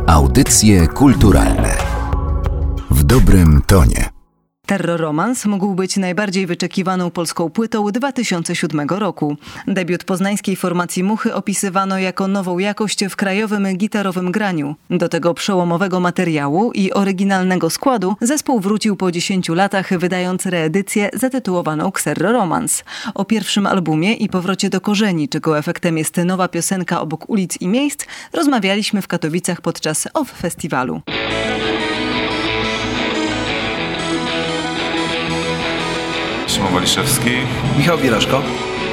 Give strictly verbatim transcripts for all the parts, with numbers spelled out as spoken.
Audycje kulturalne w dobrym tonie. Terroromans mógł być najbardziej wyczekiwaną polską płytą dwa tysiące siódmego roku. Debiut poznańskiej formacji Muchy opisywano jako nową jakość w krajowym gitarowym graniu. Do tego przełomowego materiału i oryginalnego składu zespół wrócił po dziesięciu latach, wydając reedycję zatytułowaną Xerroromans. O pierwszym albumie i powrocie do korzeni, czego efektem jest nowa piosenka Obok ulic i miejsc, rozmawialiśmy w Katowicach podczas O F F Festiwalu. Szymon Waliszewski, Michał Bieleszko.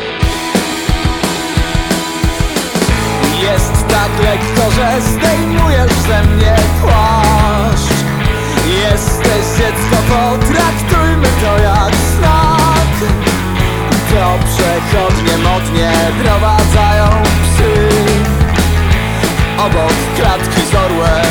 Jest tak lekko, że zdejmujesz ze mnie płaszcz. Jesteś dziecko, potraktujmy to jak znak. To przechodnie modnie prowadzają psy obok klatki z orłem.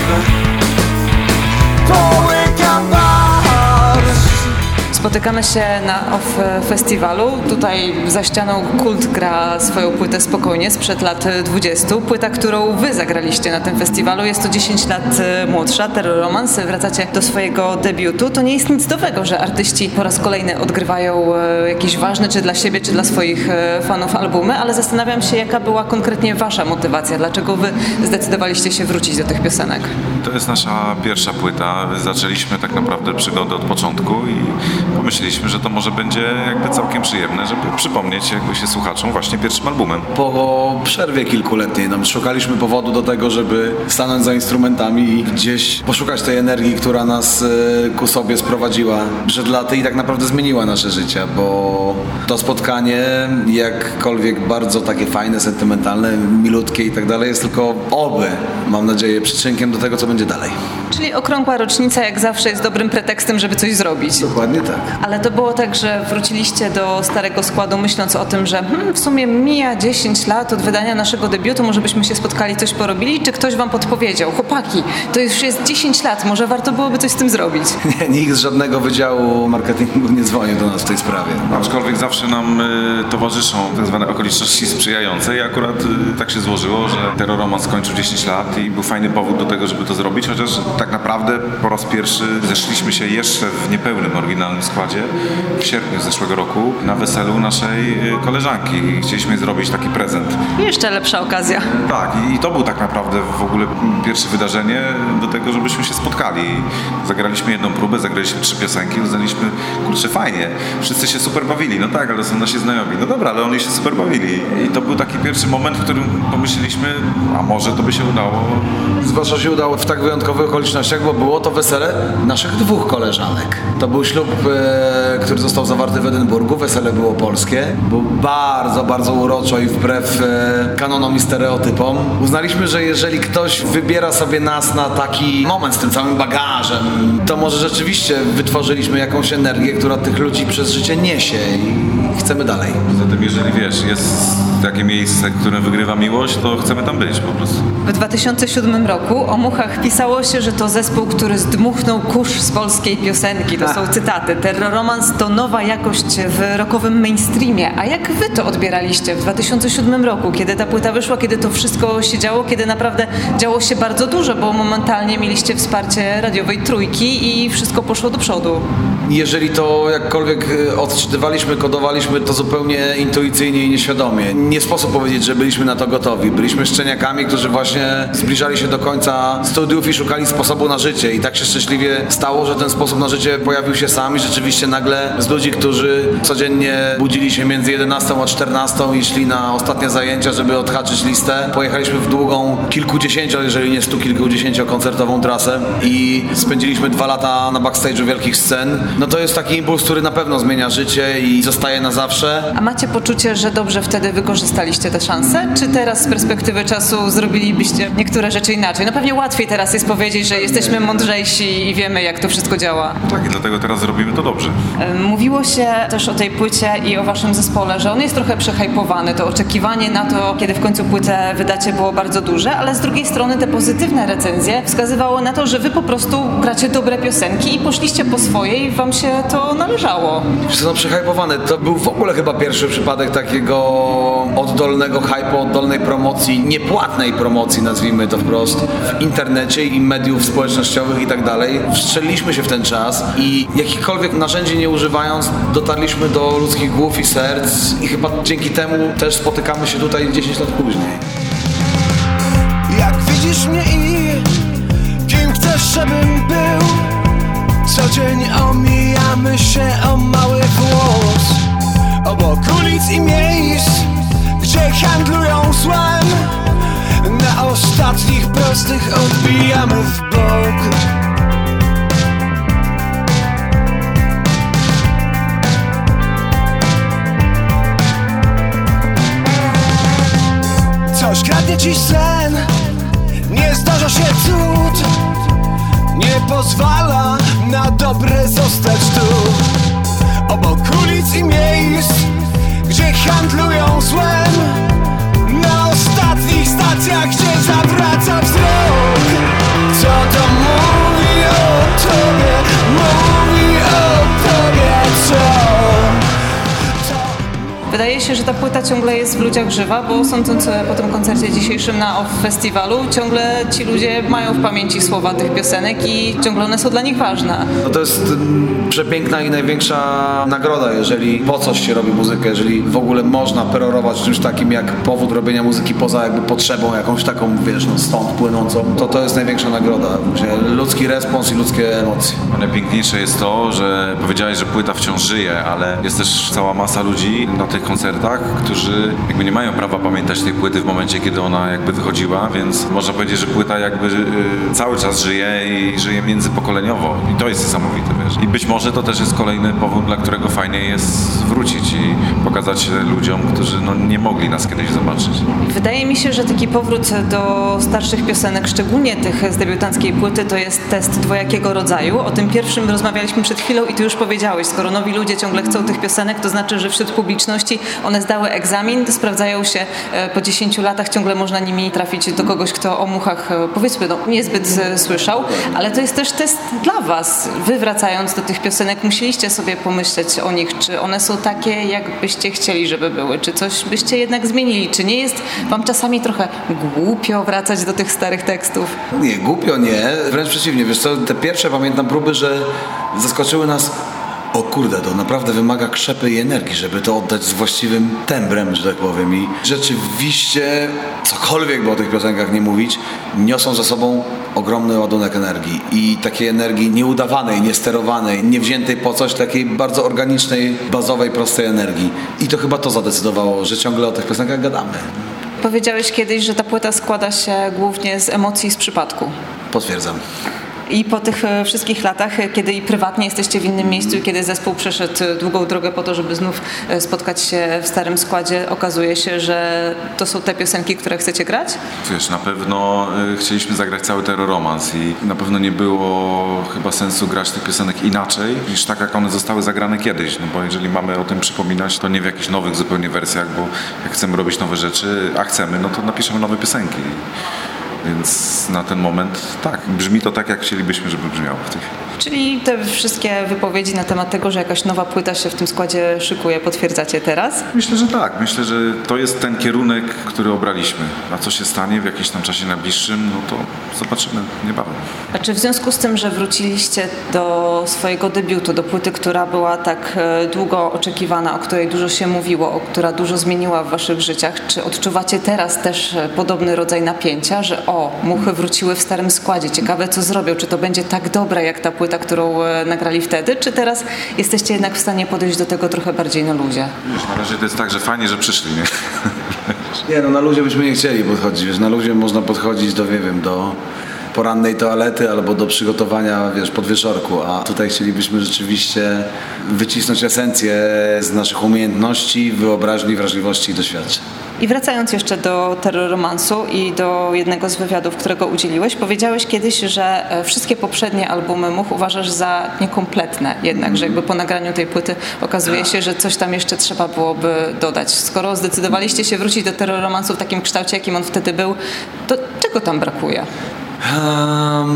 Połykam barszcz. Spotykamy się na O F F Festiwalu. Tutaj za ścianą Kult gra swoją płytę Spokojnie sprzed lat dwudziestu. Płyta, którą wy zagraliście na tym festiwalu. Jest to dziesięć lat młodsza, Terroromans. Wracacie do swojego debiutu. To nie jest nic nowego, że artyści po raz kolejny odgrywają jakieś ważne, czy dla siebie, czy dla swoich fanów albumy, ale zastanawiam się, jaka była konkretnie wasza motywacja. Dlaczego wy zdecydowaliście się wrócić do tych piosenek? To jest nasza pierwsza płyta. Zaczęliśmy tak naprawdę przygodę od początku i pomyśleliśmy, że to może będzie jakby całkiem przyjemne, żeby przypomnieć jakby się słuchaczom właśnie pierwszym albumem. Po przerwie kilkuletniej no, szukaliśmy powodu do tego, żeby stanąć za instrumentami i gdzieś poszukać tej energii, która nas y, ku sobie sprowadziła przed laty i tak naprawdę zmieniła nasze życie, bo to spotkanie, jakkolwiek bardzo takie fajne, sentymentalne, milutkie i tak dalej, jest tylko oby, mam nadzieję, przyczynkiem do tego, co będzie dalej. Czyli okrągła rocznica jak zawsze jest dobrym pretekstem, żeby coś zrobić. Dokładnie tak. Ale to było tak, że wróciliście do starego składu myśląc o tym, że hmm, w sumie mija dziesięć lat od wydania naszego debiutu, może byśmy się spotkali, coś porobili, czy ktoś wam podpowiedział? Chłopaki, to już jest dziesięć lat, może warto byłoby coś z tym zrobić? Nie, nikt z żadnego wydziału marketingu nie dzwonił do nas w tej sprawie. Aczkolwiek zawsze nam y, towarzyszą tak zwane okoliczności sprzyjające i akurat y, tak się złożyło, że Terroromans skończył dziesięć lat i był fajny powód do tego, żeby to zrobić, chociaż tak naprawdę po raz pierwszy zeszliśmy się jeszcze w niepełnym, oryginalnym składzie w sierpniu zeszłego roku na weselu naszej koleżanki. Chcieliśmy zrobić taki prezent. Jeszcze lepsza okazja. Tak, i to był tak naprawdę w ogóle pierwsze wydarzenie do tego, żebyśmy się spotkali. Zagraliśmy jedną próbę, zagraliśmy trzy piosenki, uznaliśmy, kurczę, fajnie, wszyscy się super bawili. No tak, ale są nasi znajomi. No dobra, ale oni się super bawili. I to był taki pierwszy moment, w którym pomyśleliśmy, a może to by się udało. Zwłaszcza się udało w tak wyjątkowych okolicznościach, bo było to wesele naszych dwóch koleżanek. To był ślub, e, który został zawarty w Edynburgu. Wesele było polskie. Było bardzo, bardzo uroczo i wbrew e, kanonom i stereotypom. Uznaliśmy, że jeżeli ktoś wybiera sobie nas na taki moment z tym całym bagażem, to może rzeczywiście wytworzyliśmy jakąś energię, która tych ludzi przez życie niesie i chcemy dalej. Zatem jeżeli wiesz, jest takie miejsce, które wygrywa miłość, to chcemy tam być po prostu. W dwa tysiące siódmym roku o Muchach pisało się, że to zespół, który zdmuchnął kurz z polskiej piosenki. To są cytaty. Terroromans to nowa jakość w rockowym mainstreamie. A jak wy to odbieraliście w dwa tysiące siódmym roku, kiedy ta płyta wyszła, kiedy to wszystko się działo, kiedy naprawdę działo się bardzo dużo, bo momentalnie mieliście wsparcie radiowej Trójki i wszystko poszło do przodu. Jeżeli to jakkolwiek odczytywaliśmy, kodowaliśmy to zupełnie intuicyjnie i nieświadomie. Nie sposób powiedzieć, że byliśmy na to gotowi. Byliśmy szczeniakami, którzy właśnie zbliżali się do końca studiów i szukali sposobu na życie. I tak się szczęśliwie stało, że ten sposób na życie pojawił się sam i rzeczywiście nagle z ludzi, którzy codziennie budzili się między jedenastą a czternastą i szli na ostatnie zajęcia, żeby odhaczyć listę. Pojechaliśmy w długą kilkudziesięcio, jeżeli nie stu kilkudziesięciokoncertową trasę i spędziliśmy dwa lata na backstage'u wielkich scen. No to jest taki impuls, który na pewno zmienia życie i zostaje na zawsze. A macie poczucie, że dobrze wtedy wykorzystaliście tę szansę? Czy teraz z perspektywy czasu zrobilibyście niektóre rzeczy inaczej? No pewnie łatwiej teraz jest powiedzieć, że jesteśmy mądrzejsi i wiemy, jak to wszystko działa. Tak, i dlatego teraz robimy to dobrze. Mówiło się też o tej płycie i o waszym zespole, że on jest trochę przehajpowany. To oczekiwanie na to, kiedy w końcu płytę wydacie, było bardzo duże, ale z drugiej strony te pozytywne recenzje wskazywały na to, że wy po prostu gracie dobre piosenki i poszliście po swoje i wam się to należało. Wszystko no, przehajpowane. To był w ogóle chyba pierwszy przypadek takiego takiego oddolnego hype'u, oddolnej promocji, niepłatnej promocji, nazwijmy to wprost, w internecie i mediów społecznościowych i tak dalej. Wstrzeliliśmy się w ten czas i jakichkolwiek narzędzi nie używając, dotarliśmy do ludzkich głów i serc i chyba dzięki temu też spotykamy się tutaj dziesięć lat później. Jak widzisz mnie i kim chcesz, żebym był, co dzień omijamy się o mały włos, obok ulic i miejsc, gdzie handlują złem. Na ostatnich prostych odbijamy w bok. Coś kradnie ci sen, nie zdarza się cud, nie pozwala na dobre zostać tu. Obok ulic i miejsc, gdzie handlują złem. Na ostatnich stacjach, gdzie zawraca wzrok. Co to mówi o tobie, mówi o tobie co? Wydaje się, że ta płyta ciągle jest w ludziach żywa, bo sądząc po tym koncercie dzisiejszym na Off Festiwalu, ciągle ci ludzie mają w pamięci słowa tych piosenek i ciągle one są dla nich ważne. No to jest mm, przepiękna i największa nagroda, jeżeli po coś się robi muzykę, jeżeli w ogóle można perorować czymś takim jak powód robienia muzyki poza jakby potrzebą jakąś taką, wiesz, no stąd płynącą, to to jest największa nagroda. Ludzki respons i ludzkie emocje. Najpiękniejsze jest to, że powiedziałeś, że płyta wciąż żyje, ale jest też cała masa ludzi na tych koncertach, którzy jakby nie mają prawa pamiętać tej płyty w momencie, kiedy ona jakby wychodziła, więc można powiedzieć, że płyta jakby y, cały czas żyje i żyje międzypokoleniowo i to jest niesamowite, wiesz. I być może to też jest kolejny powód, dla którego fajnie jest wrócić i pokazać się ludziom, którzy no, nie mogli nas kiedyś zobaczyć. Wydaje mi się, że taki powrót do starszych piosenek, szczególnie tych z debiutanckiej płyty, to jest test dwojakiego rodzaju. O tym pierwszym rozmawialiśmy przed chwilą i ty już powiedziałeś, skoro nowi ludzie ciągle chcą tych piosenek, to znaczy, że wśród publiczności one zdały egzamin, sprawdzają się po dziesięciu latach, ciągle można nimi trafić do kogoś, kto o muchach, powiedzmy, no, niezbyt słyszał, ale to jest też test dla was. Wy wracając do tych piosenek musieliście sobie pomyśleć o nich, czy one są takie, jakbyście chcieli, żeby były, czy coś byście jednak zmienili, czy nie jest wam czasami trochę głupio wracać do tych starych tekstów? Nie, głupio nie, wręcz przeciwnie, wiesz co, te pierwsze pamiętam próby, że zaskoczyły nas. O kurde, to naprawdę wymaga krzepy i energii, żeby to oddać z właściwym tembrem, że tak powiem. I rzeczywiście, cokolwiek by o tych piosenkach nie mówić, niosą ze sobą ogromny ładunek energii. I takiej energii nieudawanej, niesterowanej, niewziętej po coś, takiej bardzo organicznej, bazowej, prostej energii. I to chyba to zadecydowało, że ciągle o tych piosenkach gadamy. Powiedziałeś kiedyś, że ta płyta składa się głównie z emocji z przypadku. Potwierdzam. I po tych wszystkich latach, kiedy i prywatnie jesteście w innym miejscu i kiedy zespół przeszedł długą drogę po to, żeby znów spotkać się w starym składzie, okazuje się, że to są te piosenki, które chcecie grać? Wiesz, na pewno y, chcieliśmy zagrać cały Terroromans i na pewno nie było chyba sensu grać tych piosenek inaczej niż tak, jak one zostały zagrane kiedyś, no bo jeżeli mamy o tym przypominać, to nie w jakichś nowych zupełnie wersjach, bo jak chcemy robić nowe rzeczy, a chcemy, no to napiszemy nowe piosenki. Więc na ten moment tak, brzmi to tak, jak chcielibyśmy, żeby brzmiało w tej chwili. Czyli te wszystkie wypowiedzi na temat tego, że jakaś nowa płyta się w tym składzie szykuje, potwierdzacie teraz? Myślę, że tak. Myślę, że to jest ten kierunek, który obraliśmy. A co się stanie w jakimś tam czasie najbliższym, no to zobaczymy niebawem. A czy w związku z tym, że wróciliście do swojego debiutu, do płyty, która była tak długo oczekiwana, o której dużo się mówiło, o która dużo zmieniła w waszych życiach, czy odczuwacie teraz też podobny rodzaj napięcia, że o, muchy wróciły w starym składzie, ciekawe co zrobią, czy to będzie tak dobre jak ta płyta, którą nagrali wtedy, czy teraz jesteście jednak w stanie podejść do tego trochę bardziej na luzie? Wiesz, na razie to jest tak, że fajnie, że przyszli, nie? Nie, no na luzie byśmy nie chcieli podchodzić, wiesz, na luzie można podchodzić do, nie wiem, do porannej toalety albo do przygotowania, wiesz, podwieczorku, a tutaj chcielibyśmy rzeczywiście wycisnąć esencję z naszych umiejętności, wyobraźni, wrażliwości i doświadczeń. I wracając jeszcze do Terroromansu i do jednego z wywiadów, którego udzieliłeś, powiedziałeś kiedyś, że wszystkie poprzednie albumy Much uważasz za niekompletne jednak, że jakby po nagraniu tej płyty okazuje się, że coś tam jeszcze trzeba byłoby dodać. Skoro zdecydowaliście się wrócić do Terroromansu w takim kształcie, jakim on wtedy był, to czego tam brakuje? Um...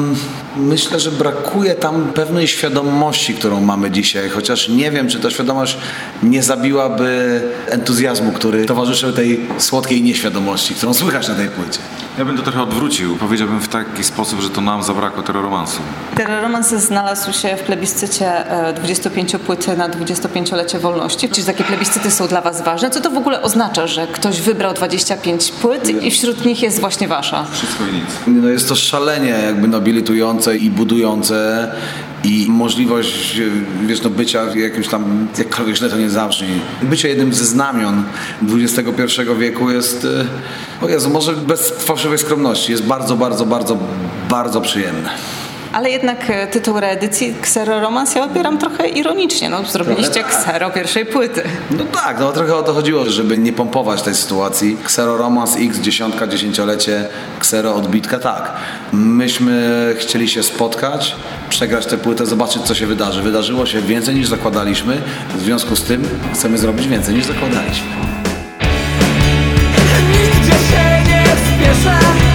Myślę, że brakuje tam pewnej świadomości, którą mamy dzisiaj, chociaż nie wiem, czy ta świadomość nie zabiłaby entuzjazmu, który towarzyszył tej słodkiej nieświadomości, którą słychać na tej płycie. Ja bym to trochę odwrócił. Powiedziałbym w taki sposób, że to nam zabrakło terroromansu. Terroromans znalazł się w plebiscycie dwudziestu pięciu płyt na dwudziestopięciolecie wolności. Czy takie plebiscyty są dla was ważne? Co to w ogóle oznacza, że ktoś wybrał dwadzieścia pięć płyt i wśród nich jest właśnie wasza? Wszystko i nic. No jest to szalenie jakby nobilitujące i budujące i możliwość, wiesz, no bycia jakimś tam, jakkolwiek źle to nie zabrzmi, bycie jednym ze znamion dwudziestego pierwszego wieku jest, o Jezu, może bez fałszywej skromności, jest bardzo, bardzo, bardzo, bardzo przyjemne. Ale jednak tytuł reedycji Ksero Romans ja odbieram trochę ironicznie. No, zrobiliście Ksero pierwszej płyty. No tak, no trochę o to chodziło, żeby nie pompować tej sytuacji. Ksero Romans X, dziesiątka, dziesięciolecie, Ksero odbitka, tak. Myśmy chcieli się spotkać, przegrać tę płytę, zobaczyć, co się wydarzy. Wydarzyło się więcej niż zakładaliśmy, w związku z tym chcemy zrobić więcej niż zakładaliśmy. Nigdzie się nie spieszę.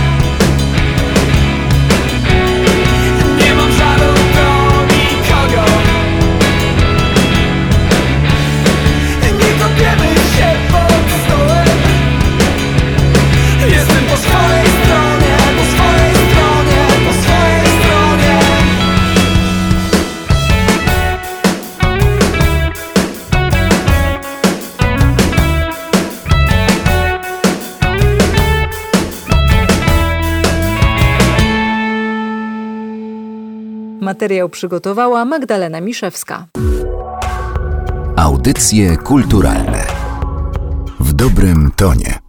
Materiał przygotowała Magdalena Miszewska. Audycje kulturalne w dobrym tonie.